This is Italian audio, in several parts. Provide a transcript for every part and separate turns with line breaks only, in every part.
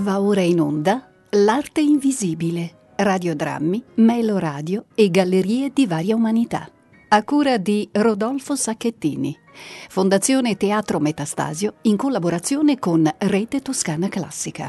Va ora in onda L'arte invisibile, radiodrammi, meloradio e gallerie di varia umanità. A cura di Rodolfo Sacchettini. Fondazione Teatro Metastasio in collaborazione con Rete Toscana Classica.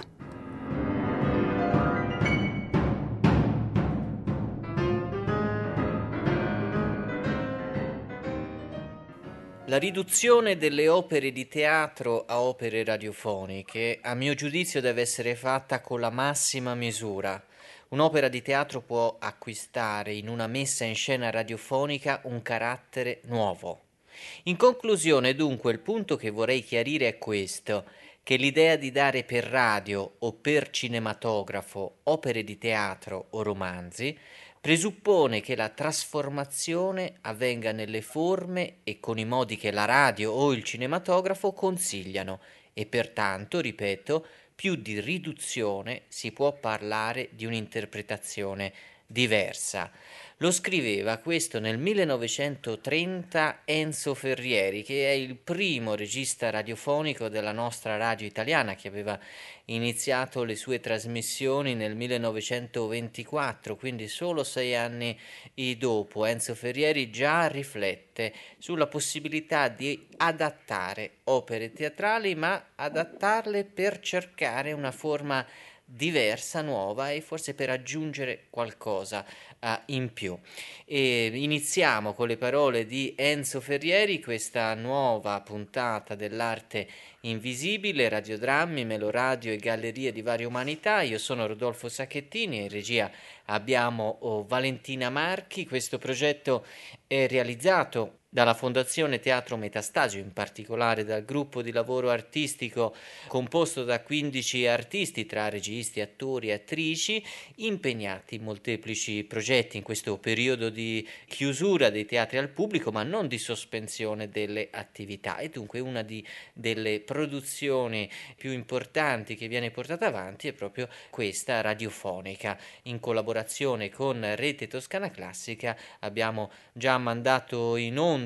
La riduzione delle opere di teatro a opere radiofoniche, a mio giudizio, deve essere fatta con la massima misura. Un'opera di teatro può acquistare in una messa in scena radiofonica un carattere nuovo. In conclusione, dunque, il punto che vorrei chiarire è questo, che l'idea di dare per radio o per cinematografo opere di teatro o romanzi presuppone che la trasformazione avvenga nelle forme e con i modi che la radio o il cinematografo consigliano e pertanto, ripeto, più di riduzione si può parlare di un'interpretazione diversa. Lo scriveva questo nel 1930 Enzo Ferrieri, che è il primo regista radiofonico della nostra radio italiana, che aveva iniziato le sue trasmissioni nel 1924, quindi solo 6 anni dopo. Enzo Ferrieri già riflette sulla possibilità di adattare opere teatrali, ma adattarle per cercare una forma diversa, nuova e forse per aggiungere qualcosa in più. E iniziamo con le parole di Enzo Ferrieri questa nuova puntata dell'arte invisibile, radiodrammi, meloradio e gallerie di varie umanità. Io sono Rodolfo Sacchettini e in regia abbiamo Valentina Marchi. Questo progetto è realizzato dalla Fondazione Teatro Metastasio, in particolare dal gruppo di lavoro artistico composto da 15 artisti tra registi, attori e attrici, impegnati in molteplici progetti in questo periodo di chiusura dei teatri al pubblico, ma non di sospensione delle attività. E dunque una delle produzioni più importanti che viene portata avanti è proprio questa radiofonica. In collaborazione con Rete Toscana Classica abbiamo già mandato in onda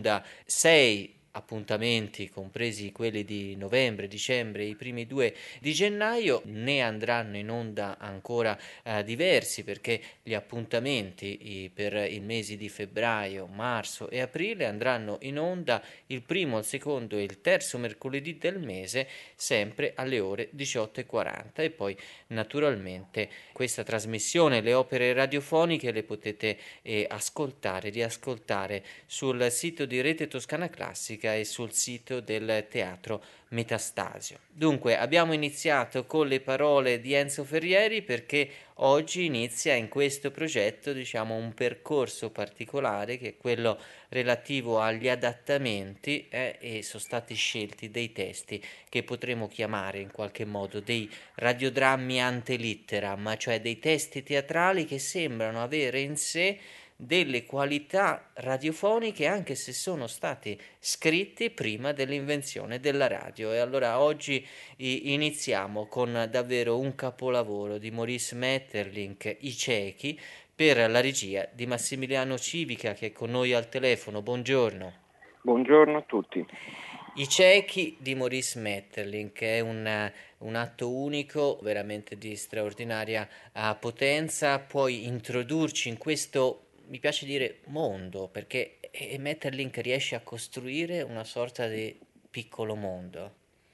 6 appuntamenti, compresi quelli di novembre, dicembre e i primi 2 di gennaio. Ne andranno in onda ancora diversi, perché gli appuntamenti per i mesi di febbraio, marzo e aprile andranno in onda il primo, il secondo e il terzo mercoledì del mese, sempre alle ore 18:40. E poi naturalmente questa trasmissione, le opere radiofoniche, le potete ascoltare, riascoltare sul sito di Rete Toscana Classica e sul sito del Teatro Metastasio. Dunque, abbiamo iniziato con le parole di Enzo Ferrieri perché oggi inizia in questo progetto, un percorso particolare, che è quello relativo agli adattamenti e sono stati scelti dei testi che potremo chiamare in qualche modo dei radiodrammi ante litteram, cioè dei testi teatrali che sembrano avere in sé delle qualità radiofoniche anche se sono stati scritti prima dell'invenzione della radio. E allora oggi iniziamo con davvero un capolavoro di Maurice Maeterlinck, I ciechi, per la regia di Massimiliano Civica, che è con noi al telefono. Buongiorno.
Buongiorno a tutti.
I ciechi di Maurice Maeterlinck è un atto unico, veramente di straordinaria potenza. Puoi introdurci in questo, mi piace dire, mondo, perché Maeterlinck riesce a costruire una sorta di piccolo mondo.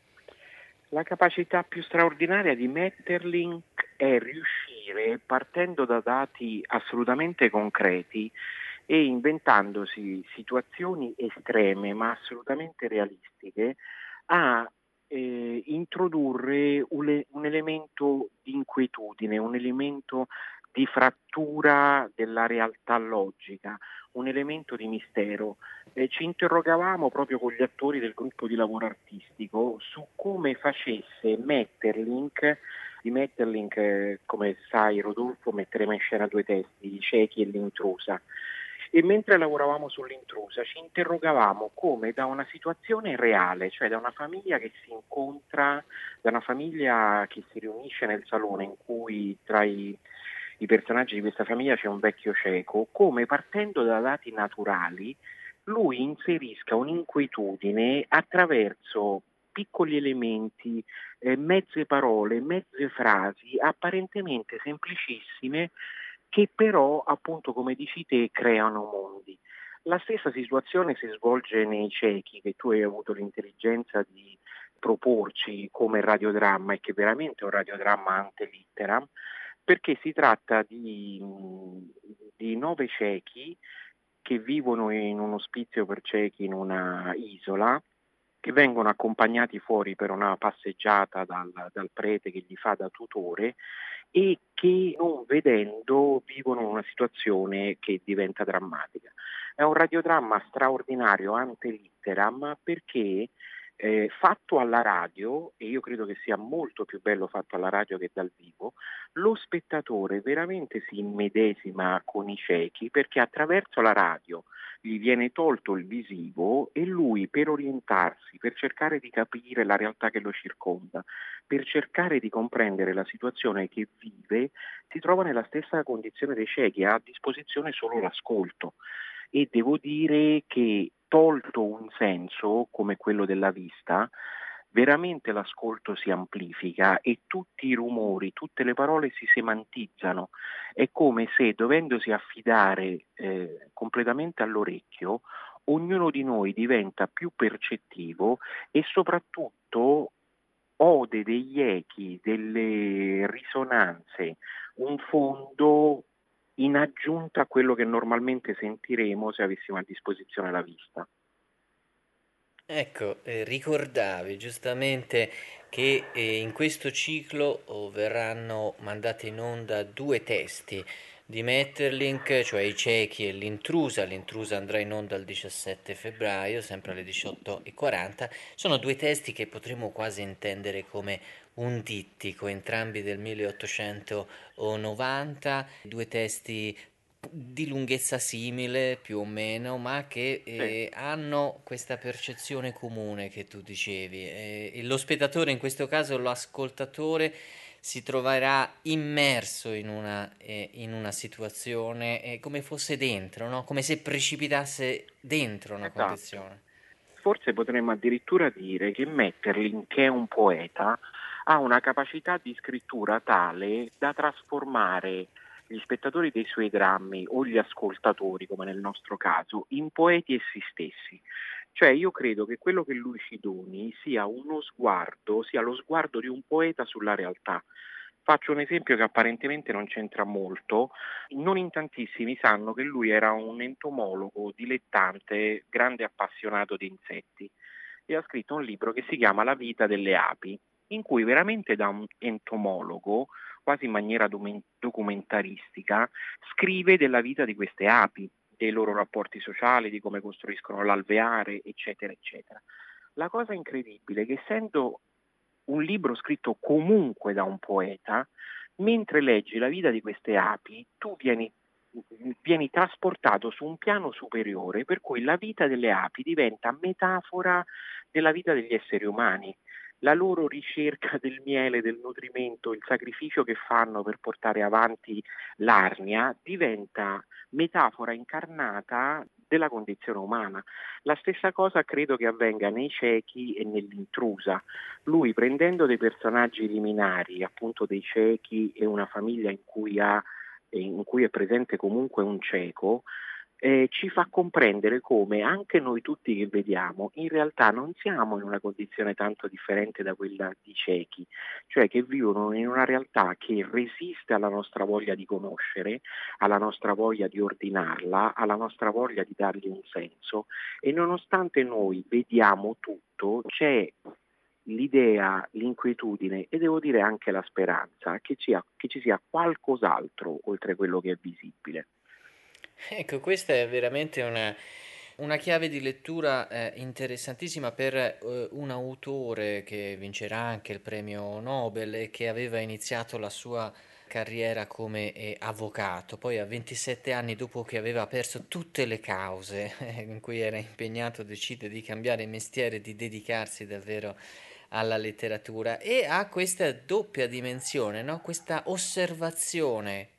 La capacità più straordinaria di Maeterlinck è riuscire, partendo da dati assolutamente concreti e inventandosi situazioni estreme ma assolutamente realistiche, a introdurre un elemento di inquietudine, un elemento di frattura della realtà logica, un elemento di mistero. Ci interrogavamo proprio con gli attori del gruppo di lavoro artistico su come facesse Maeterlinck. Di Maeterlinck, come sai Rodolfo, metteremo in scena 2 testi, I ciechi e l'intrusa. E mentre lavoravamo sull'intrusa ci interrogavamo come da una situazione reale, cioè da una famiglia che si incontra, da una famiglia che si riunisce nel salone in cui tra i personaggi di questa famiglia c'è un vecchio cieco, come partendo da dati naturali lui inserisca un'inquietudine attraverso piccoli elementi, mezze parole, mezze frasi apparentemente semplicissime che però, appunto, come dici te, creano mondi. La stessa situazione si svolge nei ciechi, che tu hai avuto l'intelligenza di proporci come radiodramma e che veramente è un radiodramma ante litteram, perché si tratta di 9 ciechi che vivono in un ospizio per ciechi in una isola, che vengono accompagnati fuori per una passeggiata dal prete che gli fa da tutore e che non vedendo vivono una situazione che diventa drammatica. È un radiodramma straordinario ante litteram perché fatto alla radio, e io credo che sia molto più bello fatto alla radio che dal vivo, lo spettatore veramente si immedesima con i ciechi perché attraverso la radio gli viene tolto il visivo e lui per orientarsi, per cercare di capire la realtà che lo circonda, per cercare di comprendere la situazione che vive, si trova nella stessa condizione dei ciechi, ha a disposizione solo l'ascolto. E devo dire che tolto un senso come quello della vista, veramente l'ascolto si amplifica e tutti i rumori, tutte le parole si semantizzano. È come se dovendosi affidare completamente all'orecchio, ognuno di noi diventa più percettivo e soprattutto ode degli echi, delle risonanze, un fondo in aggiunta a quello che normalmente sentiremo se avessimo a disposizione la vista.
Ecco, ricordavi giustamente che in questo ciclo verranno mandate in onda due testi di Metterlink, cioè I ciechi e l'intrusa. L'intrusa andrà in onda il 17 febbraio, sempre alle 18:40. Sono due testi che potremmo quasi intendere come un dittico, entrambi del 1890, due testi di lunghezza simile più o meno, ma che
Sì,
hanno questa percezione comune che tu dicevi. E lo spettatore, in questo caso l'ascoltatore, si troverà immerso in una situazione come fosse dentro, no? Come se precipitasse dentro una
esatto.
condizione.
Forse potremmo addirittura dire che Metterlin, che è un poeta, ha una capacità di scrittura tale da trasformare gli spettatori dei suoi drammi o gli ascoltatori, come nel nostro caso, in poeti essi stessi. Cioè io credo che quello che lui ci doni sia uno sguardo, sia lo sguardo di un poeta sulla realtà. Faccio un esempio che apparentemente non c'entra molto. Non in tantissimi sanno che lui era un entomologo dilettante, grande appassionato di insetti e ha scritto un libro che si chiama La vita delle api, in cui veramente da un entomologo, quasi in maniera documentaristica, scrive della vita di queste api, dei loro rapporti sociali, di come costruiscono l'alveare, eccetera, eccetera. La cosa incredibile è che essendo un libro scritto comunque da un poeta, mentre leggi la vita di queste api, tu vieni trasportato su un piano superiore per cui la vita delle api diventa metafora della vita degli esseri umani. La loro ricerca del miele, del nutrimento, il sacrificio che fanno per portare avanti l'arnia diventa metafora incarnata della condizione umana. La stessa cosa credo che avvenga nei ciechi e nell'intrusa. Lui prendendo dei personaggi liminari, appunto dei ciechi e una famiglia in cui è presente comunque un cieco, ci fa comprendere come anche noi tutti che vediamo in realtà non siamo in una condizione tanto differente da quella di ciechi, cioè che vivono in una realtà che resiste alla nostra voglia di conoscere, alla nostra voglia di ordinarla, alla nostra voglia di dargli un senso e nonostante noi vediamo tutto, c'è l'idea, l'inquietudine e devo dire anche la speranza che ci sia qualcos'altro oltre quello che è visibile.
Ecco, questa è veramente una chiave di lettura interessantissima per un autore che vincerà anche il premio Nobel e che aveva iniziato la sua carriera come avvocato. Poi a 27 anni, dopo che aveva perso tutte le cause in cui era impegnato, decide di cambiare mestiere e di dedicarsi davvero alla letteratura e ha questa doppia dimensione, no? Questa osservazione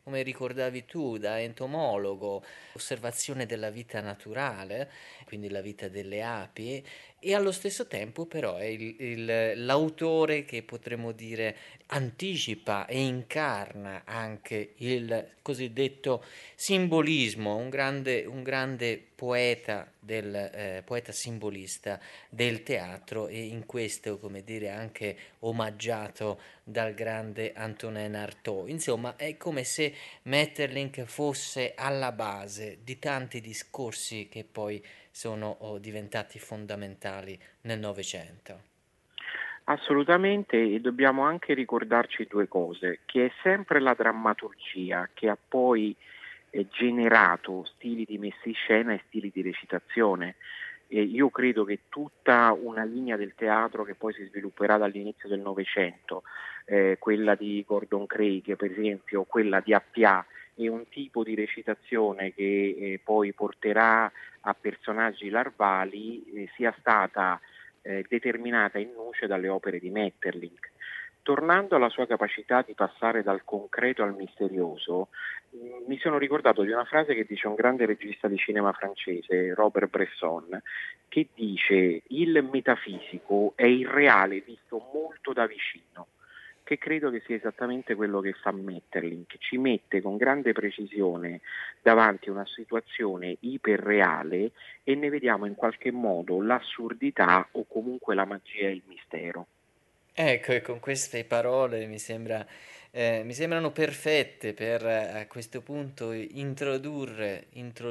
come ricordavi tu, da entomologo, osservazione della vita naturale, quindi la vita delle api, e allo stesso tempo però è l'autore che potremmo dire anticipa e incarna anche il cosiddetto simbolismo, un grande poeta, poeta simbolista del teatro, e in questo, come dire, anche omaggiato dal grande Antonin Artaud. Insomma, è come se Maeterlinck fosse alla base di tanti discorsi che poi sono diventati fondamentali nel Novecento.
Assolutamente, e dobbiamo anche ricordarci due cose, che è sempre la drammaturgia che ha poi generato stili di messa in scena e stili di recitazione. Io credo che tutta una linea del teatro che poi si svilupperà dall'inizio del Novecento, quella di Gordon Craig per esempio, quella di Appiah, è un tipo di recitazione che poi porterà a personaggi larvali, sia stata determinata in nuce dalle opere di Maeterlinck. Tornando alla sua capacità di passare dal concreto al misterioso, mi sono ricordato di una frase che dice un grande regista di cinema francese, Robert Bresson, che dice: il metafisico è il reale visto molto da vicino, che credo che sia esattamente quello che fa Maeterlinck, ci mette con grande precisione davanti a una situazione iperreale e ne vediamo in qualche modo l'assurdità o comunque la magia e il mistero.
Ecco, e con queste parole mi sembrano perfette per a questo punto introdurre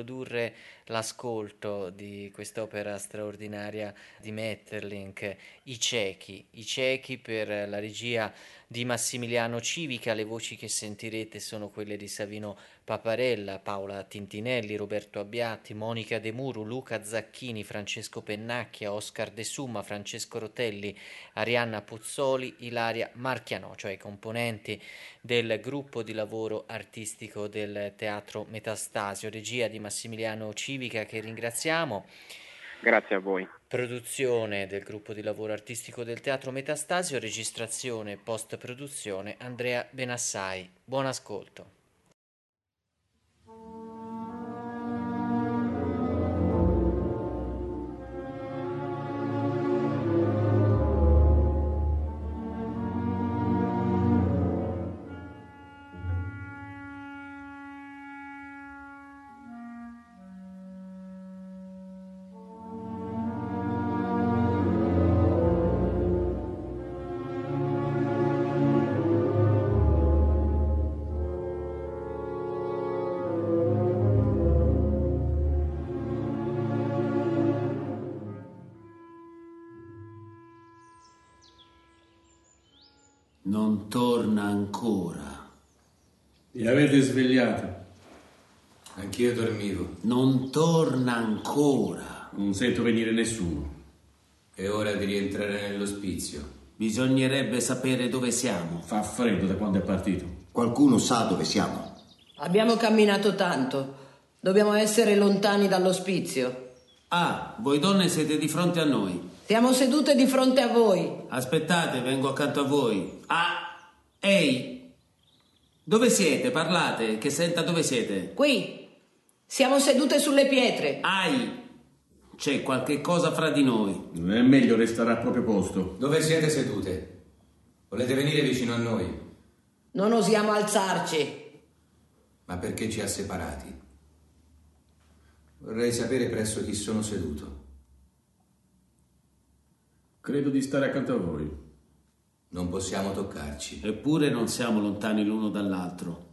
l'ascolto di quest'opera straordinaria di Maeterlinck, I ciechi per la regia di Massimiliano Civica. Le voci che sentirete sono quelle di Savino Paparella, Paola Tintinelli, Roberto Abbiati, Monica De Muru, Luca Zacchini, Francesco Pennacchia, Oscar De Summa, Francesco Rotelli, Arianna Puzzoli, Ilaria Marchianò, cioè i componenti del gruppo di lavoro artistico del Teatro Metastasio, regia di Massimiliano Civica, che ringraziamo.
Grazie a voi.
Produzione del gruppo di lavoro artistico del Teatro Metastasio, registrazione e post-produzione Andrea Benassai. Buon ascolto.
Non torna ancora.
Mi avete svegliato.
Anch'io dormivo. Non torna ancora.
Non sento venire nessuno.
È ora di rientrare nell'ospizio. Bisognerebbe sapere dove siamo.
Fa freddo da quando è partito.
Qualcuno sa dove siamo?
Abbiamo camminato tanto. Dobbiamo essere lontani dall'ospizio.
Ah, voi donne siete di fronte a noi.
Siamo sedute di fronte a voi.
Aspettate, vengo accanto a voi. Ah, ehi! Dove siete? Parlate, che senta dove siete.
Qui. Siamo sedute sulle pietre.
Ai! C'è qualche cosa fra di noi.
È meglio restare al proprio posto.
Dove siete sedute? Volete venire vicino a noi?
Non osiamo alzarci.
Ma perché ci ha separati? Vorrei sapere presso chi sono seduto.
Credo di stare accanto a voi.
Non possiamo toccarci.
Eppure non siamo lontani l'uno dall'altro.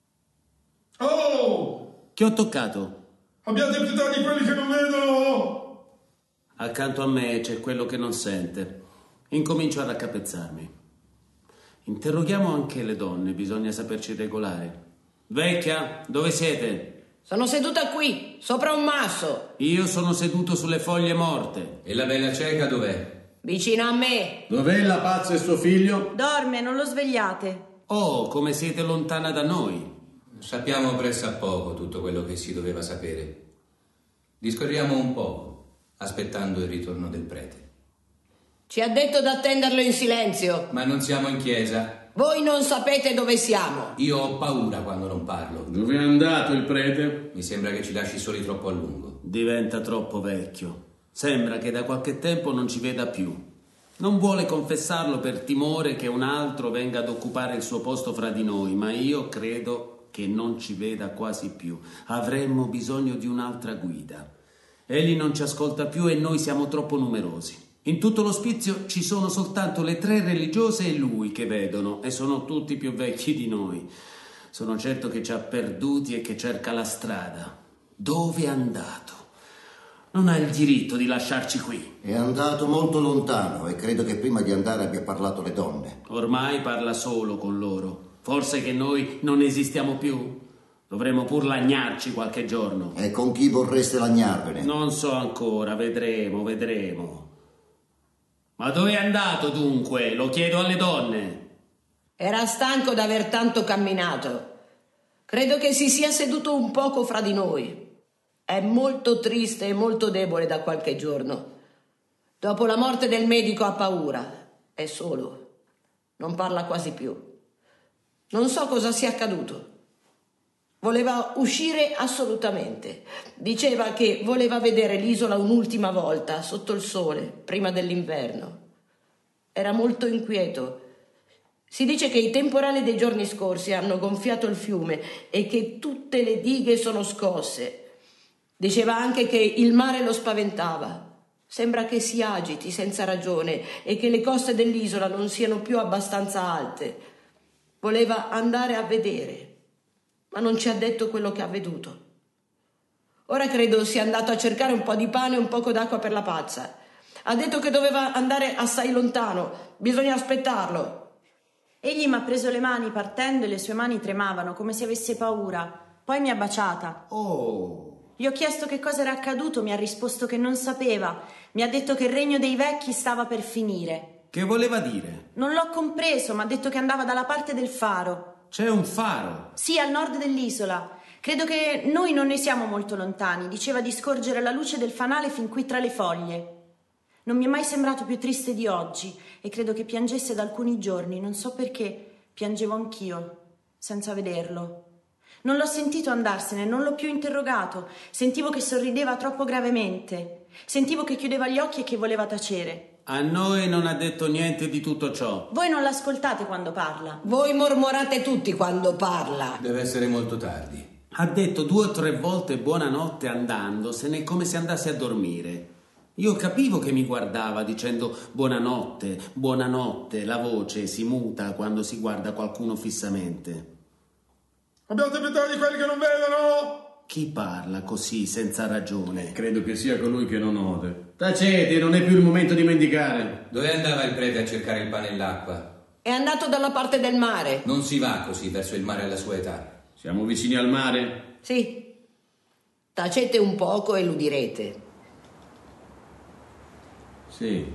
Oh!
Chi ho toccato?
Abbiate pietà di quelli che non vedono!
Accanto a me c'è quello che non sente. Incomincio a raccapezzarmi. Interroghiamo anche le donne, bisogna saperci regolare. Vecchia, dove siete?
Sono seduta qui, sopra un masso.
Io sono seduto sulle foglie morte.
E la bella cieca dov'è?
Vicino a me.
Dov'è la pazza e suo figlio?
Dorme, non lo svegliate.
Oh, come siete lontana da noi.
Sappiamo pressappoco tutto quello che si doveva sapere. Discorriamo un poco, aspettando il ritorno del prete.
Ci ha detto di attenderlo in silenzio.
Ma non siamo in chiesa.
Voi non sapete dove siamo.
Io ho paura quando non parlo.
Dove è andato il prete?
Mi sembra che ci lasci soli troppo a lungo.
Diventa troppo vecchio. Sembra che da qualche tempo non ci veda più. Non vuole confessarlo per timore che un altro venga ad occupare il suo posto fra di noi, ma io credo che non ci veda quasi più. Avremmo bisogno di un'altra guida. Egli non ci ascolta più e noi siamo troppo numerosi. In tutto l'ospizio ci sono soltanto le 3 religiose e lui che vedono, e sono tutti più vecchi di noi. Sono certo che ci ha perduti e che cerca la strada. Dove è andato? Non ha il diritto di lasciarci qui.
È andato molto lontano e credo che prima di andare abbia parlato alle donne.
Ormai parla solo con loro. Forse che noi non esistiamo più? Dovremmo pur lagnarci qualche giorno.
E con chi vorreste lagnarvene?
Non so ancora, vedremo. Ma dove è andato dunque? Lo chiedo alle donne.
Era stanco d'aver tanto camminato. Credo che si sia seduto un poco fra di noi. È molto triste e molto debole da qualche giorno. Dopo la morte del medico ha paura. È solo. Non parla quasi più. Non so cosa sia accaduto. Voleva uscire assolutamente. Diceva che voleva vedere l'isola un'ultima volta, sotto il sole, prima dell'inverno. Era molto inquieto. Si dice che i temporali dei giorni scorsi hanno gonfiato il fiume e che tutte le dighe sono scosse. Diceva anche che il mare lo spaventava. Sembra che si agiti senza ragione e che le coste dell'isola non siano più abbastanza alte. Voleva andare a vedere, ma non ci ha detto quello che ha veduto. Ora credo sia andato a cercare un po' di pane e un poco d'acqua per la pazza. Ha detto che doveva andare assai lontano, bisogna aspettarlo.
Egli mi ha preso le mani partendo e le sue mani tremavano come se avesse paura. Poi mi ha baciata.
Oh!
Gli ho chiesto che cosa era accaduto, mi ha risposto che non sapeva. Mi ha detto che il regno dei vecchi stava per finire.
Che voleva dire?
Non l'ho compreso, ma ha detto che andava dalla parte del faro.
C'è un faro?
Sì, al nord dell'isola. Credo che noi non ne siamo molto lontani. Diceva di scorgere la luce del fanale fin qui tra le foglie. Non mi è mai sembrato più triste di oggi e credo che piangesse da alcuni giorni. Non so perché. Piangevo anch'io, senza vederlo. Non l'ho sentito andarsene, non l'ho più interrogato. Sentivo che sorrideva troppo gravemente. Sentivo che chiudeva gli occhi e che voleva tacere.
A noi non ha detto niente di tutto ciò.
Voi non l'ascoltate quando parla.
Voi mormorate tutti quando parla.
Deve essere molto tardi.
Ha detto 2 o 3 volte buonanotte andandosene come se andasse a dormire. Io capivo che mi guardava dicendo buonanotte, buonanotte. La voce si muta quando si guarda qualcuno fissamente.
Abbiate pietà di quelli che non vedono!
Chi parla così senza ragione?
Credo che sia colui che non ode. Tacete, non è più il momento di mendicare.
Dove andava il prete a cercare il pane e l'acqua?
È andato dalla parte del mare.
Non si va così verso il mare alla sua età.
Siamo vicini al mare?
Sì. Tacete un poco e l'udirete.
Sì.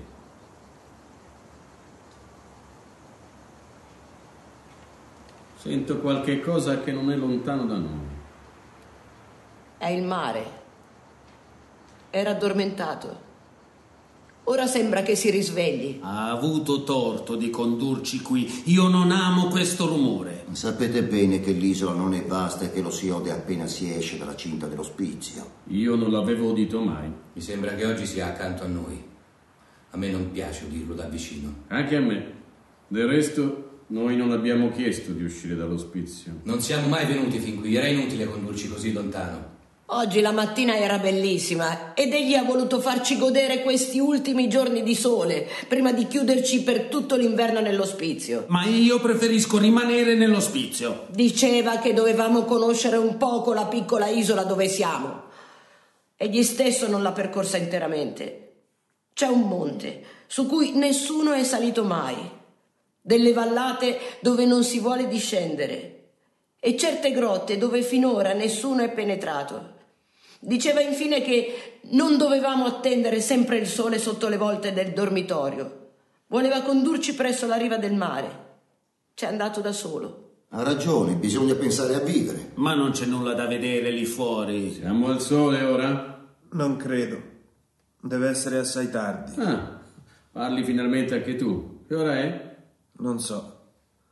Sento qualche cosa che non è lontano da noi.
È il mare. Era addormentato. Ora sembra che si risvegli.
Ha avuto torto di condurci qui. Io non amo questo rumore.
Sapete bene che l'isola non è vasta e che lo si ode appena si esce dalla cinta dell'ospizio.
Io non l'avevo udito mai.
Mi sembra che oggi sia accanto a noi. A me non piace udirlo da vicino.
Anche a me. Del resto, noi non abbiamo chiesto di uscire dall'ospizio.
Non siamo mai venuti fin qui. Era inutile condurci così lontano.
Oggi la mattina era bellissima ed egli ha voluto farci godere questi ultimi giorni di sole prima di chiuderci per tutto l'inverno nell'ospizio.
Ma io preferisco rimanere nell'ospizio.
Diceva che dovevamo conoscere un poco la piccola isola dove siamo. Egli stesso non l'ha percorsa interamente. C'è un monte su cui nessuno è salito mai, delle vallate dove non si vuole discendere e certe grotte dove finora nessuno è penetrato. Diceva infine che non dovevamo attendere sempre il sole sotto le volte del dormitorio. Voleva condurci presso la riva del mare. C'è andato da solo.
Ha ragione, bisogna pensare a vivere.
Ma non c'è nulla da vedere lì fuori.
Siamo al sole ora?
Non credo. Deve essere assai tardi.
Ah, parli finalmente anche tu. Che ora è?
Non so.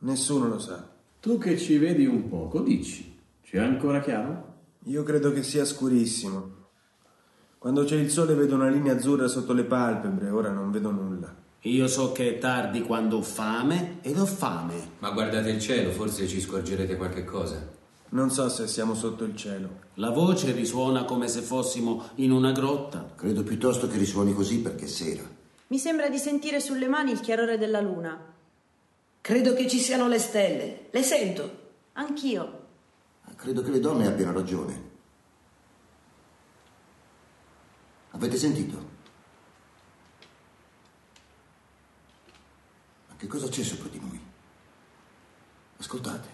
Nessuno lo sa.
Tu che ci vedi un poco, dici. C'è ancora chiaro?
Io credo che sia scurissimo. Quando c'è il sole vedo una linea azzurra sotto le palpebre, ora non vedo nulla.
Io so che è tardi quando ho fame ed ho fame.
Ma guardate il cielo, forse ci scorgerete qualche cosa.
Non so se siamo sotto il cielo.
La voce risuona come se fossimo in una grotta.
Credo piuttosto che risuoni così perché è sera.
Mi sembra di sentire sulle mani il chiarore della luna.
Credo che ci siano le stelle. Le sento.
Anch'io.
Credo che le donne abbiano ragione. Avete sentito? Ma che cosa c'è sopra di noi? Ascoltate.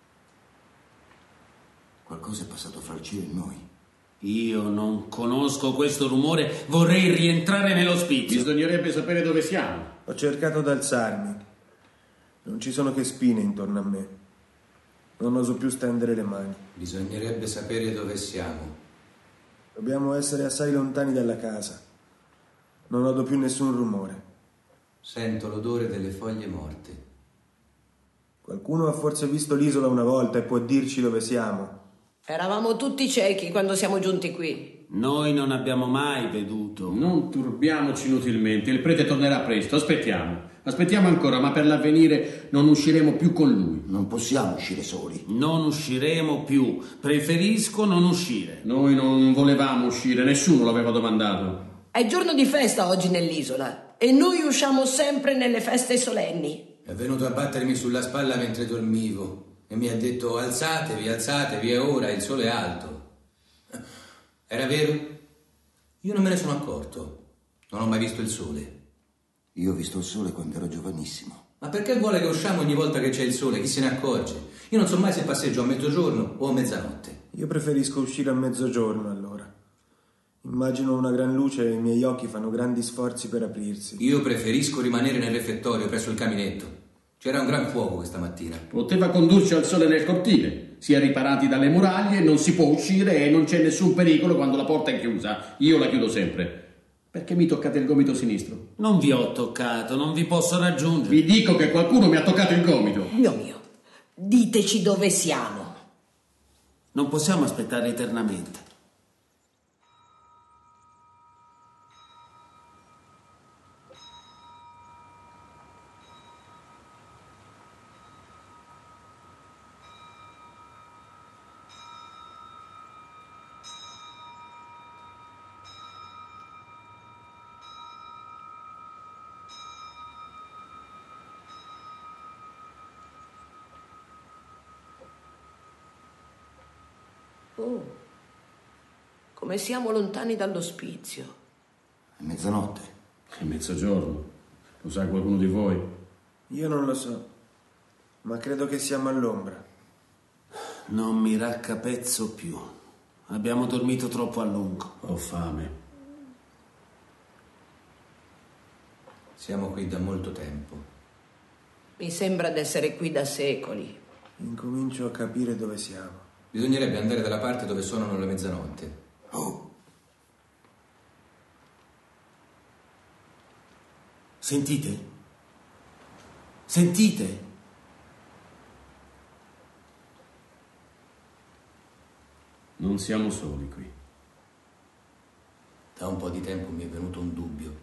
Qualcosa è passato fra il cielo e noi.
Io non conosco questo rumore, vorrei rientrare nell'ospizio.
Bisognerebbe sapere dove siamo.
Ho cercato di alzarmi. Non ci sono che spine intorno a me. Non oso più stendere le mani.
Bisognerebbe sapere dove siamo.
Dobbiamo essere assai lontani dalla casa. Non odo più nessun rumore.
Sento l'odore delle foglie morte.
Qualcuno ha forse visto l'isola una volta e può dirci dove siamo.
Eravamo tutti ciechi quando siamo giunti qui.
Noi non abbiamo mai veduto.
Non turbiamoci inutilmente, il prete tornerà presto, aspettiamo. Aspettiamo ancora, ma per l'avvenire non usciremo più con lui.
Non possiamo uscire soli.
Non usciremo più. Preferisco non uscire.
Noi non volevamo uscire, nessuno l'aveva domandato.
È giorno di festa oggi nell'isola e noi usciamo sempre nelle feste solenni.
È venuto a battermi sulla spalla mentre dormivo e mi ha detto alzatevi, è ora, il sole è alto. Era vero? Io non me ne sono accorto. Non ho mai visto il sole.
Io ho visto il sole quando ero giovanissimo.
Ma perché vuole che usciamo ogni volta che c'è il sole? Chi se ne accorge? Io non so mai se passeggio a mezzogiorno o a mezzanotte.
Io preferisco uscire a mezzogiorno allora. Immagino una gran luce e i miei occhi fanno grandi sforzi per aprirsi.
Io preferisco rimanere nel refettorio presso il caminetto. C'era un gran fuoco questa mattina.
Poteva condurci al sole nel cortile. Si è riparati dalle muraglie, non si può uscire e non c'è nessun pericolo quando la porta è chiusa. Io la chiudo sempre. Perché mi toccate il gomito sinistro?
Non vi ho toccato, non vi posso raggiungere.
Vi dico che qualcuno mi ha toccato il gomito.
Mio, diteci dove siamo.
Non possiamo aspettare eternamente.
Oh, come siamo lontani dall'ospizio.
È mezzanotte.
È mezzogiorno. Lo sa qualcuno di voi?
Io non lo so, ma credo che siamo all'ombra.
Non mi raccapezzo più. Abbiamo dormito troppo a lungo.
Ho fame.
Siamo qui da molto tempo.
Mi sembra d'essere qui da secoli.
Incomincio a capire dove siamo.
Bisognerebbe andare dalla parte dove suonano le mezzanotte.
Oh,
Sentite? Sentite?
Non siamo soli qui.
Da un po' di tempo mi è venuto un dubbio.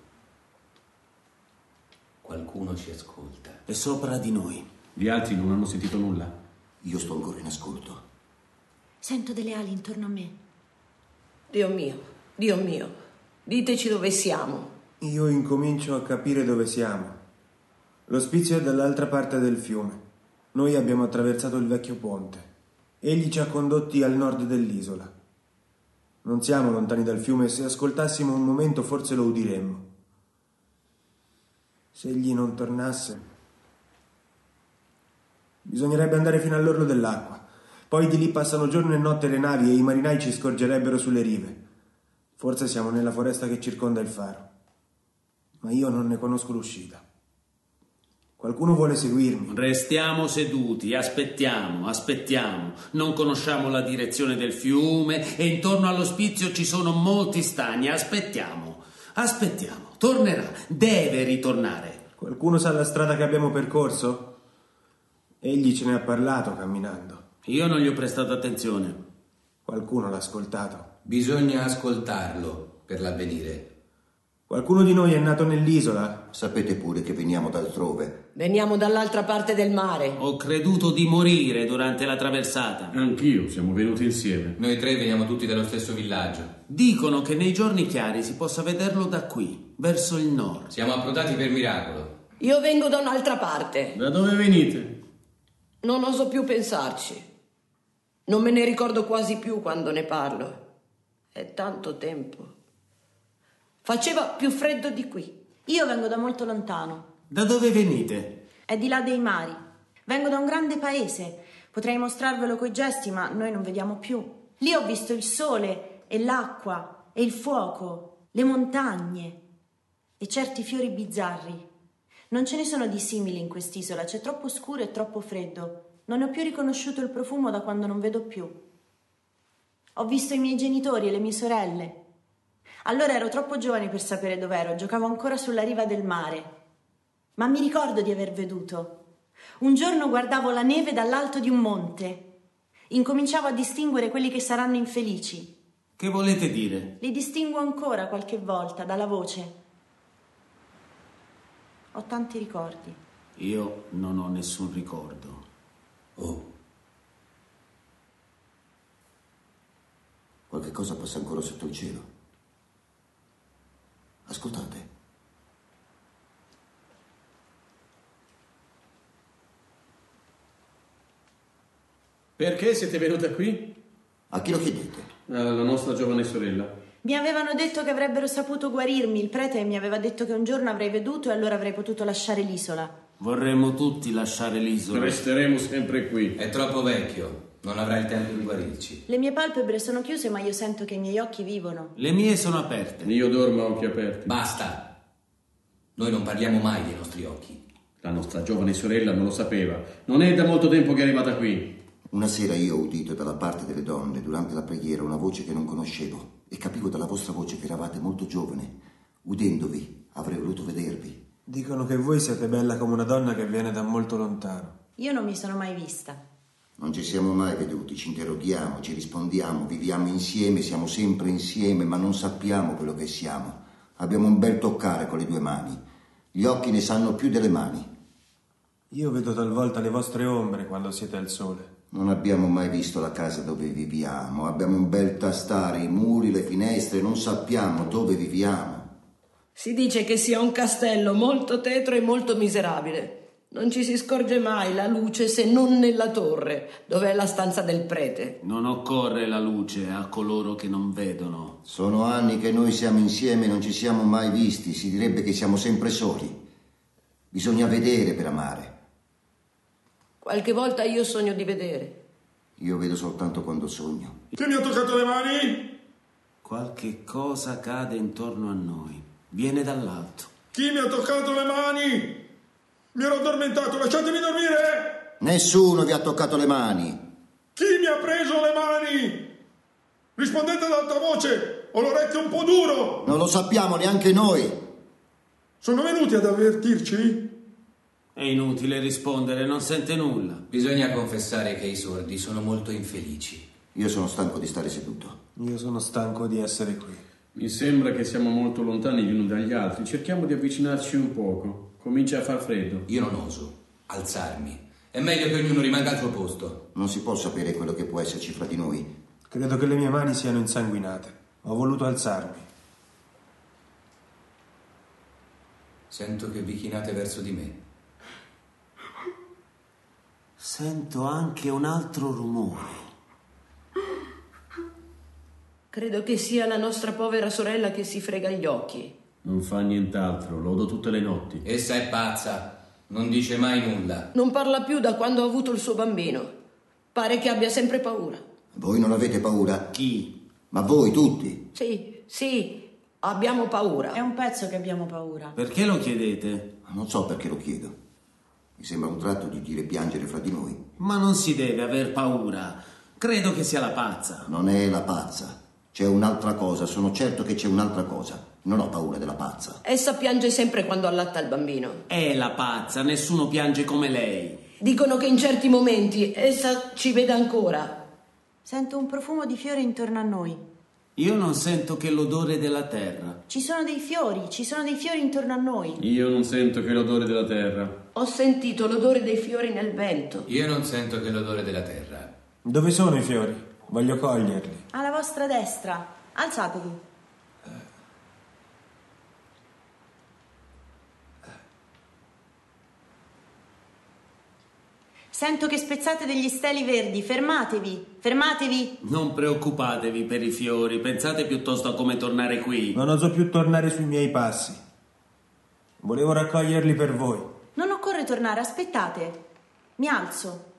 Qualcuno ci ascolta.
È sopra di noi.
Gli altri non hanno sentito nulla?
io sto ancora in ascolto.
Sento delle ali intorno a me.
Dio mio, diteci dove siamo.
Io incomincio a capire dove siamo. L'ospizio è dall'altra parte del fiume. Noi abbiamo attraversato il vecchio ponte. Egli ci ha condotti al nord dell'isola. Non siamo lontani dal fiume e se ascoltassimo un momento forse lo udiremmo. Se egli non tornasse, bisognerebbe andare fino all'orlo dell'acqua. Poi di lì passano giorno e notte le navi e i marinai ci scorgerebbero sulle rive. Forse siamo nella foresta che circonda il faro. Ma io non ne conosco l'uscita. Qualcuno vuole seguirmi.
Restiamo seduti, aspettiamo. Non conosciamo la direzione del fiume e intorno all'ospizio ci sono molti stagni. Aspettiamo. Tornerà, deve ritornare.
Qualcuno sa la strada che abbiamo percorso? Egli ce ne ha parlato camminando.
Io non gli ho prestato attenzione.
Qualcuno l'ha ascoltato.
Bisogna ascoltarlo per l'avvenire.
Qualcuno di noi è nato nell'isola?
Sapete pure che veniamo da altrove.
Veniamo dall'altra parte del mare.
Ho creduto di morire durante la traversata.
Anch'io, siamo venuti insieme.
Noi tre veniamo tutti dallo stesso villaggio.
Dicono che nei giorni chiari si possa vederlo da qui, verso il nord.
Siamo approdati per miracolo.
Io vengo da un'altra parte.
Da dove venite?
Non oso più pensarci. Non me ne ricordo quasi più quando ne parlo. È tanto tempo. Faceva più freddo di qui.
Io vengo da molto lontano.
Da dove venite?
È di là dei mari. Vengo da un grande paese. Potrei mostrarvelo coi gesti, ma noi non vediamo più. Lì ho visto il sole e l'acqua e il fuoco, le montagne e certi fiori bizzarri. Non ce ne sono di simili in quest'isola. C'è troppo scuro e troppo freddo. Non ne ho più riconosciuto il profumo da quando non vedo più. Ho visto i miei genitori e le mie sorelle. Allora ero troppo giovane per sapere dov'ero, giocavo ancora sulla riva del mare. Ma mi ricordo di aver veduto. Un giorno guardavo la neve dall'alto di un monte. Incominciavo a distinguere quelli che saranno infelici.
Che volete dire?
Li distingo ancora qualche volta dalla voce. Ho tanti ricordi.
Io non ho nessun ricordo.
Oh.
Qualche cosa passa ancora sotto il cielo. Ascoltate.
Perché siete venuta qui?
A chi lo chiedete?
Alla nostra giovane sorella.
Mi avevano detto che avrebbero saputo guarirmi. Il prete mi aveva detto che un giorno avrei veduto e allora avrei potuto lasciare l'isola.
Vorremmo tutti lasciare l'isola.
Resteremo sempre qui.
È troppo vecchio. Non avrà il tempo di guarirci.
Le mie palpebre sono chiuse, ma io sento che i miei occhi vivono.
Le mie sono aperte.
Io dormo a occhi aperti.
Basta. Noi non parliamo mai dei nostri occhi.
La nostra giovane sorella non lo sapeva. Non è da molto tempo che è arrivata qui.
Una sera io ho udito dalla parte delle donne, durante la preghiera, una voce che non conoscevo e capivo dalla vostra voce che eravate molto giovane. Udendovi, avrei voluto vedervi.
Dicono che voi siete bella come una donna che viene da molto lontano.
Io non mi sono mai vista.
Non ci siamo mai veduti, ci interroghiamo, ci rispondiamo, viviamo insieme, siamo sempre insieme, ma non sappiamo quello che siamo. Abbiamo un bel toccare con le due mani. Gli occhi ne sanno più delle mani.
Io vedo talvolta le vostre ombre quando siete al sole.
Non abbiamo mai visto la casa dove viviamo. Abbiamo un bel tastare, i muri, le finestre, non sappiamo dove viviamo.
Si dice che sia un castello molto tetro e molto miserabile. Non ci si scorge mai la luce se non nella torre, dove è la stanza del prete.
Non occorre la luce a coloro che non vedono.
Sono anni che noi siamo insieme e non ci siamo mai visti. Si direbbe che siamo sempre soli. Bisogna vedere per amare.
Qualche volta io sogno di vedere.
Io vedo soltanto quando sogno.
Chi mi ha toccato le mani?
Qualche cosa cade intorno a noi. Viene dall'alto.
Chi mi ha toccato le mani? Mi ero addormentato, lasciatemi dormire!
Nessuno vi ha toccato le mani.
Chi mi ha preso le mani? Rispondete ad alta voce, ho l'orecchio un po' duro!
Non lo sappiamo neanche noi.
Sono venuti ad avvertirci?
È inutile rispondere, non sente nulla.
Bisogna confessare che i sordi sono molto infelici.
Io sono stanco di stare seduto.
Io sono stanco di essere qui.
Mi sembra che siamo molto lontani gli uni dagli altri. Cerchiamo di avvicinarci un poco. Comincia a far freddo.
Io non oso alzarmi. È meglio che ognuno rimanga al suo posto.
Non si può sapere quello che può esserci fra di noi.
Credo che le mie mani siano insanguinate. Ho voluto alzarmi.
Sento che vi chinate verso di me.
Sento anche un altro rumore.
Credo che sia la nostra povera sorella che si frega gli occhi.
Non fa nient'altro, lo odo tutte le notti.
Essa è pazza, non dice mai nulla.
Non parla più da quando ha avuto il suo bambino. Pare che abbia sempre paura.
Voi non avete paura?
Chi?
Ma voi tutti?
Sì, abbiamo paura.
È un pezzo che abbiamo paura.
Perché lo chiedete?
Non so perché lo chiedo. Mi sembra un tratto di dire piangere fra di noi.
Ma non si deve aver paura. Credo che sia la pazza.
Non è la pazza. C'è un'altra cosa, sono certo che c'è un'altra cosa. Non ho paura della pazza.
Essa piange sempre quando allatta il bambino.
È la pazza, nessuno piange come lei.
Dicono che in certi momenti essa ci vede ancora.
Sento un profumo di fiori intorno a noi.
Io non sento che l'odore della terra.
Ci sono dei fiori intorno a noi.
Io non sento che l'odore della terra.
Ho sentito l'odore dei fiori nel vento.
Io non sento che l'odore della terra.
Dove sono i fiori? Voglio coglierli.
Alla vostra destra. Alzatevi. Sento che spezzate degli steli verdi. Fermatevi, fermatevi.
Non preoccupatevi per i fiori, pensate piuttosto a come tornare qui.
Non oso più tornare sui miei passi. Volevo raccoglierli per voi.
Non occorre tornare, aspettate. Mi alzo.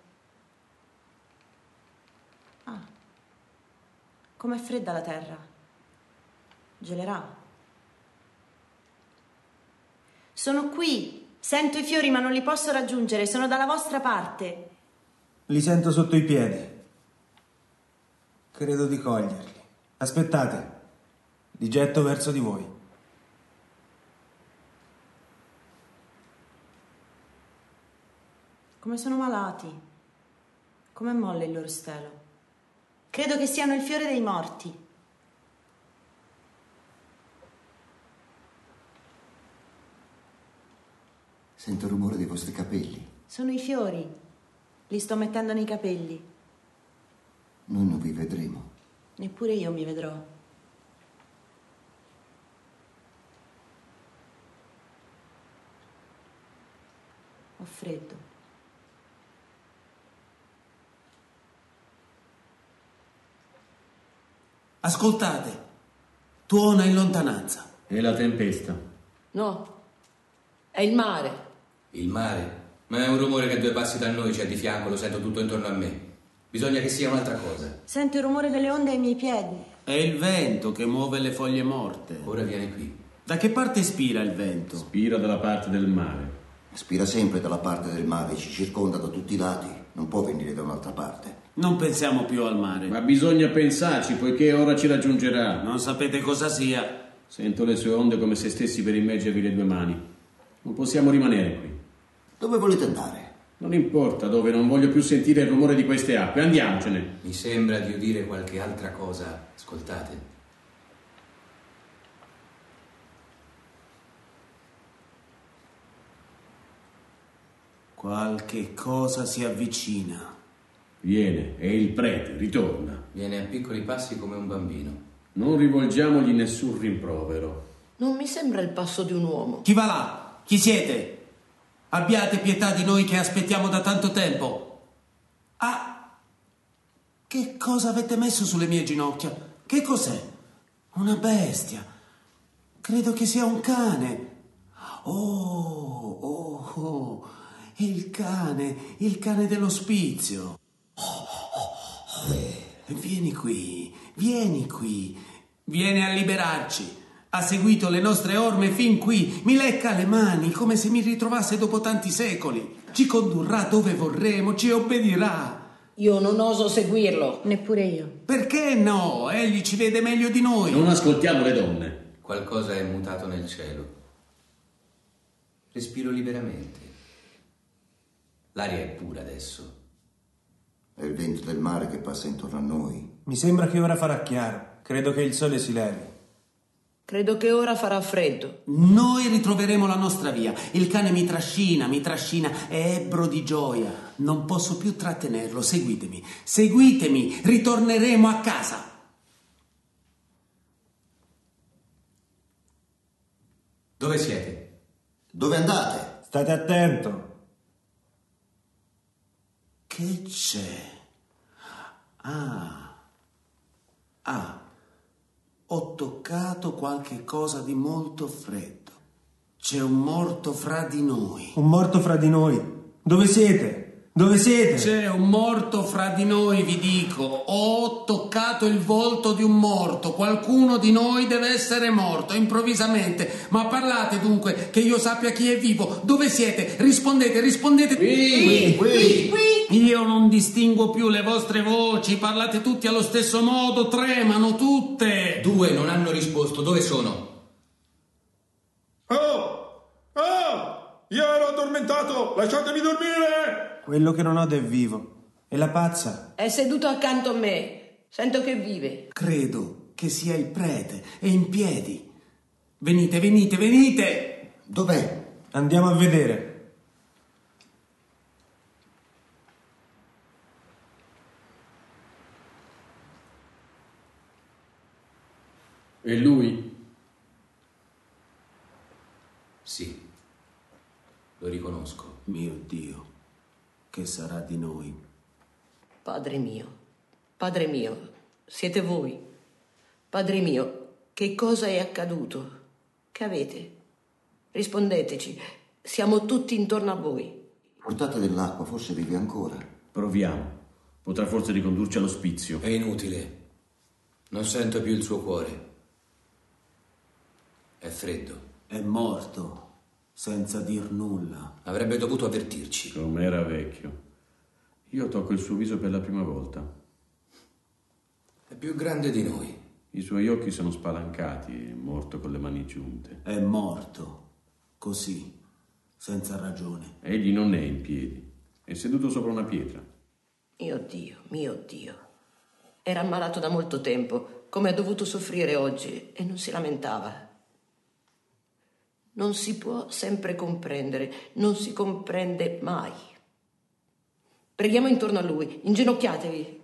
Ah, com'è fredda la terra. Gelerà. Sono qui. Sento i fiori ma non li posso raggiungere, sono dalla vostra parte.
Li sento sotto i piedi. Credo di coglierli. Aspettate, li getto verso di voi.
Come sono malati. Com'è molle il loro stelo. Credo che siano il fiore dei morti.
Sento il rumore dei vostri capelli.
Sono i fiori. Li sto mettendo nei capelli.
Noi non vi vedremo.
Neppure io mi vedrò. Ho freddo.
Ascoltate, tuona in lontananza.
È la tempesta.
No, è il mare.
Il mare? Ma è un rumore che a 2 passi da noi c'è di fianco, lo sento tutto intorno a me. Bisogna che sia un'altra cosa.
Sento il rumore delle onde ai miei piedi.
È il vento che muove le foglie morte.
Ora viene qui.
Da che parte spira il vento?
Spira dalla parte del mare.
Spira sempre dalla parte del mare, ci circonda da tutti i lati. Non può venire da un'altra parte.
Non pensiamo più al mare.
Ma bisogna pensarci, poiché ora ci raggiungerà.
Non sapete cosa sia.
Sento le sue onde come se stessi per immergervi le 2 mani. Non possiamo rimanere qui.
Dove volete andare?
Non importa dove, non voglio più sentire il rumore di queste acque. Andiamocene.
Mi sembra di udire qualche altra cosa. Ascoltate.
Qualche cosa si avvicina.
Viene, è il prete, ritorna.
Viene a piccoli passi come un bambino.
Non rivolgiamogli nessun rimprovero.
Non mi sembra il passo di un uomo.
Chi va là? Chi siete? Abbiate pietà di noi che aspettiamo da tanto tempo. Ah! Che cosa avete messo sulle mie ginocchia? Che cos'è? Una bestia. Credo che sia un cane. Oh, il cane dell'ospizio. Vieni qui, vieni a liberarci. Ha seguito le nostre orme fin qui, mi lecca le mani come se mi ritrovasse dopo tanti secoli. Ci condurrà dove vorremo, ci obbedirà.
Io non oso seguirlo.
Neppure io.
Perché no? Egli ci vede meglio di noi.
Non ascoltiamo le donne.
Qualcosa è mutato nel cielo. Respiro liberamente. L'aria è pura adesso.
È il vento del mare che passa intorno a noi.
Mi sembra che ora farà chiaro. Credo che il sole si levi.
Credo che ora farà freddo.
Noi ritroveremo la nostra via. Il cane mi trascina, è ebbro di gioia. Non posso più trattenerlo. Seguitemi, ritorneremo a casa.
Dove siete?
Dove andate?
State attento.
Che c'è? Ho toccato qualche cosa di molto freddo. C'è un morto fra di noi.
Un morto fra di noi? Dove siete? Dove siete?
C'è un morto fra di noi, vi dico. Ho toccato il volto di un morto. Qualcuno di noi deve essere morto, improvvisamente. Ma parlate dunque, che io sappia chi è vivo. Dove siete? Rispondete.
Qui.
Io non distingo più le vostre voci. Parlate tutti allo stesso modo, tremano tutte.
2 non hanno risposto. Dove sono?
Oh! Io ero addormentato! Lasciatemi dormire!
Quello che non odo è vivo. E la pazza?
È seduto accanto a me. Sento che vive.
Credo che sia il prete. È in piedi. Venite, venite, venite!
Dov'è?
Andiamo a vedere.
E lui?
Sì, lo riconosco.
Mio Dio, che sarà di noi?
Padre mio, siete voi. Padre mio, che cosa è accaduto? Che avete? Rispondeteci, siamo tutti intorno a voi.
Portate dell'acqua, forse vive ancora.
Proviamo. Potrà forse ricondurci all'ospizio.
È inutile. Non sento più il suo cuore. È freddo.
È morto, senza dir nulla.
Avrebbe dovuto avvertirci.
Com'era vecchio. Io tocco il suo viso per la prima volta.
È più grande di noi.
I suoi occhi sono spalancati, è morto con le mani giunte. È morto, così, senza ragione. Egli non è in piedi, è seduto sopra una pietra.
Mio Dio. Era ammalato da molto tempo, come ha dovuto soffrire oggi, e non si lamentava. Non si può sempre comprendere, non si comprende mai. Preghiamo intorno a lui, inginocchiatevi.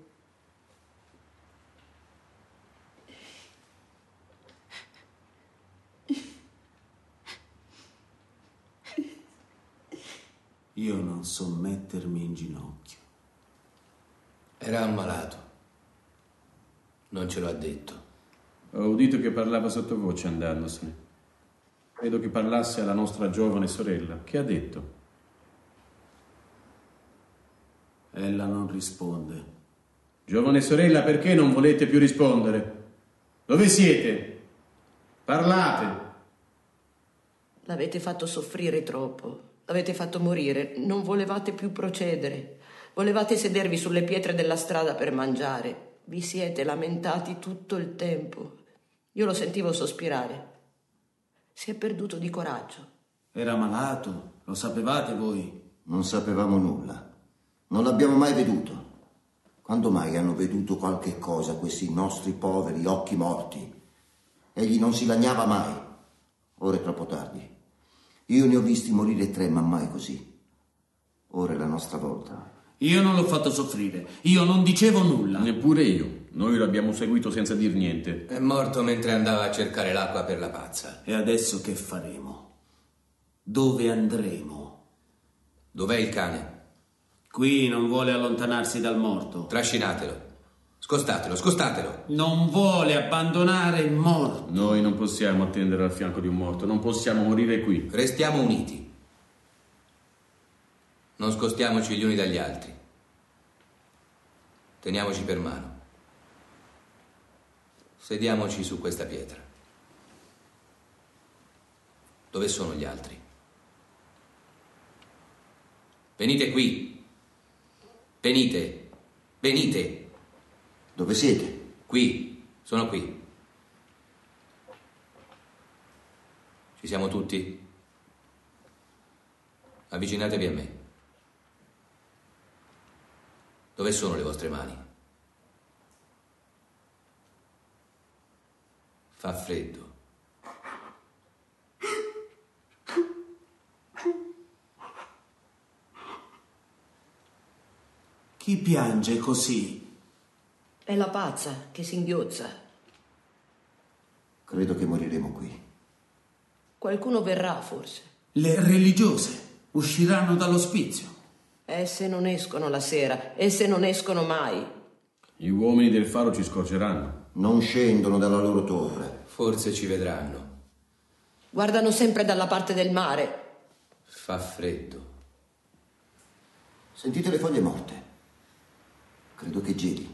Io non so mettermi in ginocchio.
Era ammalato. Non ce lo ha detto.
Ho udito che parlava sottovoce andandosene. Credo che parlasse alla nostra giovane sorella. Che ha detto? Ella non risponde. Giovane sorella, perché non volete più rispondere? Dove siete? Parlate.
L'avete fatto soffrire troppo, l'avete fatto morire, non volevate più procedere. Volevate sedervi sulle pietre della strada per mangiare. Vi siete lamentati tutto il tempo. Io lo sentivo sospirare. Si è perduto di coraggio.
Era malato, lo sapevate voi?
Non sapevamo nulla. Non l'abbiamo mai veduto. Quando mai hanno veduto qualche cosa questi nostri poveri occhi morti? Egli non si lagnava mai. Ora è troppo tardi. Io ne ho visti morire 3, ma mai così. Ora è la nostra volta.
Io non l'ho fatto soffrire. Io non dicevo nulla. Neppure io. Noi lo abbiamo seguito senza dir niente.
È morto mentre andava a cercare l'acqua per la pazza.
E adesso che faremo? Dove andremo?
Dov'è il cane?
Qui non vuole allontanarsi dal morto.
Trascinatelo. Scostatelo.
Non vuole abbandonare il morto. Noi non possiamo attendere al fianco di un morto. Non possiamo morire qui.
Restiamo uniti. Non scostiamoci gli uni dagli altri. Teniamoci per mano. Sediamoci su questa pietra. Dove sono gli altri? Venite qui. Venite.
Dove siete?
Qui. Sono qui. Ci siamo tutti? Avvicinatevi a me. Dove sono le vostre mani? Fa freddo.
Chi piange così?
È la pazza che singhiozza.
Credo che moriremo qui.
Qualcuno verrà, forse.
Le religiose usciranno dall'ospizio.
Esse non escono la sera, esse non escono mai.
Gli uomini del faro ci scorgeranno.
Non scendono dalla loro torre.
Forse ci vedranno.
Guardano sempre dalla parte del mare.
Fa freddo.
Sentite le foglie morte. Credo che geli.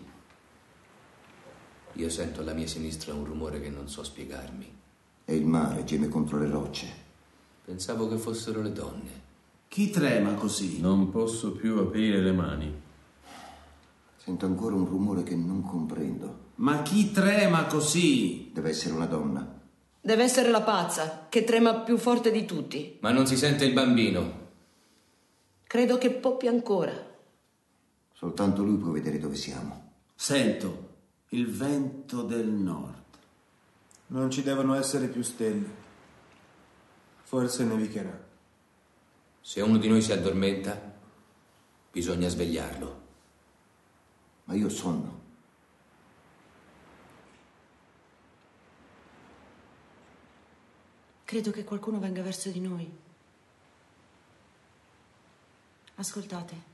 Io sento alla mia sinistra un rumore che non so spiegarmi.
È il mare, geme contro le rocce.
Pensavo che fossero le donne.
Chi trema così? Non posso più aprire le mani.
Sento ancora un rumore che non comprendo.
Ma chi trema così?
Deve essere una donna.
Deve essere la pazza, che trema più forte di tutti.
Ma non si sente il bambino.
Credo che poppi ancora.
Soltanto lui può vedere dove siamo.
Sento il vento del nord.
Non ci devono essere più stelle. Forse nevicherà.
Se uno di noi si addormenta, bisogna svegliarlo.
Ma io ho sonno.
Credo che qualcuno venga verso di noi. Ascoltate.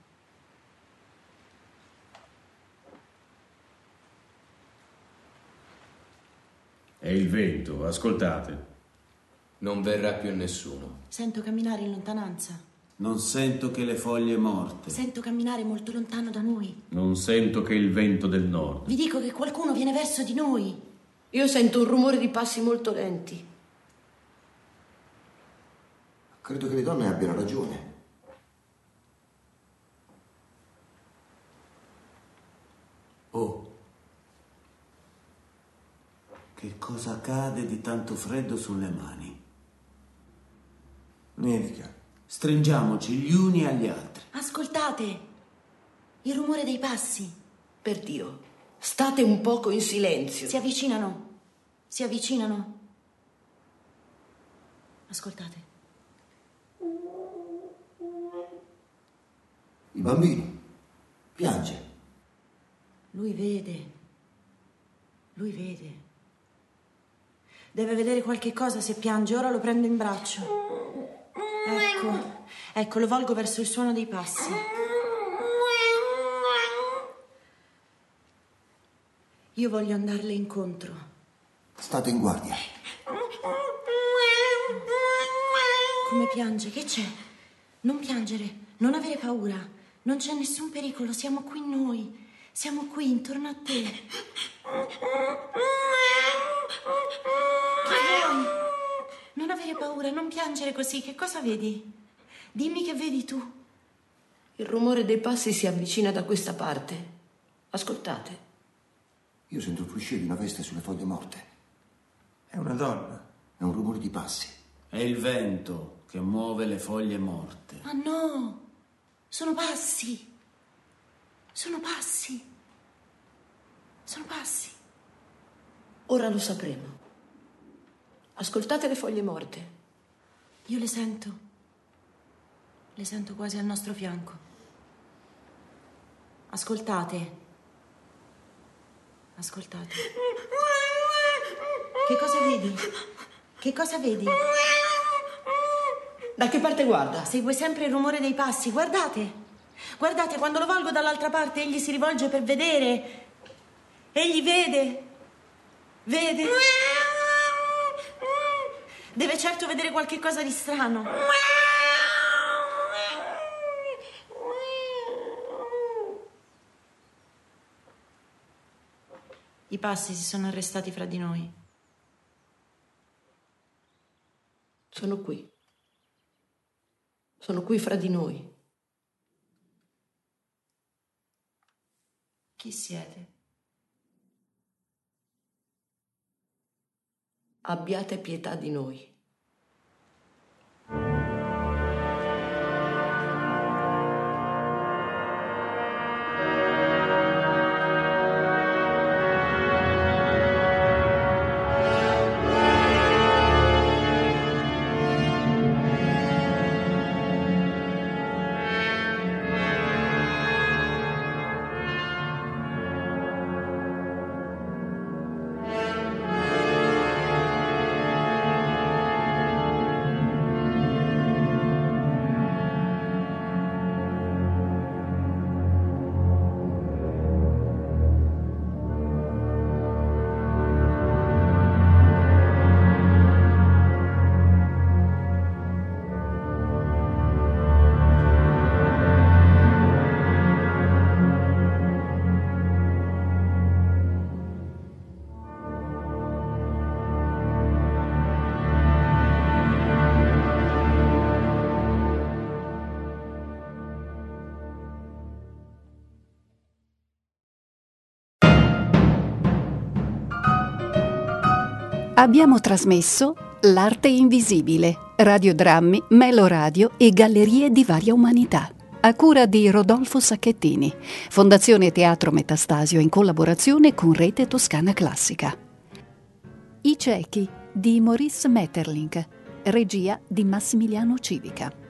È il vento, ascoltate.
Non verrà più nessuno.
Sento camminare in lontananza.
Non sento che le foglie morte.
Sento camminare molto lontano da noi.
Non sento che il vento del nord.
Vi dico che qualcuno viene verso di noi.
Io sento un rumore di passi molto lenti.
Credo che le donne abbiano ragione.
Oh. Che cosa accade di tanto freddo sulle mani?
Nevica.
Stringiamoci gli uni agli altri.
Ascoltate. Il rumore dei passi.
Per Dio, state un poco in silenzio.
Si avvicinano. Si avvicinano. Ascoltate.
Il bambino piange.
Lui vede. Lui vede. Deve vedere qualche cosa se piange. Ora lo prendo in braccio. Ecco, lo volgo verso il suono dei passi. Io voglio andarle incontro.
State in guardia.
Come piange? Che c'è? Non piangere, non avere paura. Non c'è nessun pericolo, siamo qui noi. Siamo qui intorno a te. Chi vuoi? Non avere paura, non piangere così. Che cosa vedi? Dimmi che vedi tu.
Il rumore dei passi si avvicina da questa parte. Ascoltate.
Io sento il fruscio di una veste sulle foglie morte.
È una donna.
È un rumore di passi.
È il vento che muove le foglie morte.
Ah no! Sono passi. Sono passi. Sono passi.
Ora lo sapremo. Ascoltate le foglie morte.
Io le sento. Le sento quasi al nostro fianco. Ascoltate. Ascoltate. Che cosa vedi? Che cosa vedi?
Da che parte guarda?
Segue sempre il rumore dei passi. Guardate. Guardate, quando lo volgo dall'altra parte, egli si rivolge per vedere. Egli vede. Vede. Deve certo vedere qualche cosa di strano. I passi si sono arrestati fra di noi.
Sono qui. Sono qui fra di noi.
Chi siete?
Abbiate pietà di noi.
Abbiamo trasmesso L'arte invisibile, radiodrammi, meloradio e gallerie di varia umanità. a cura di Rodolfo Sacchettini, Fondazione Teatro Metastasio in collaborazione con Rete Toscana Classica. I ciechi di Maurice Maeterlinck, regia di Massimiliano Civica.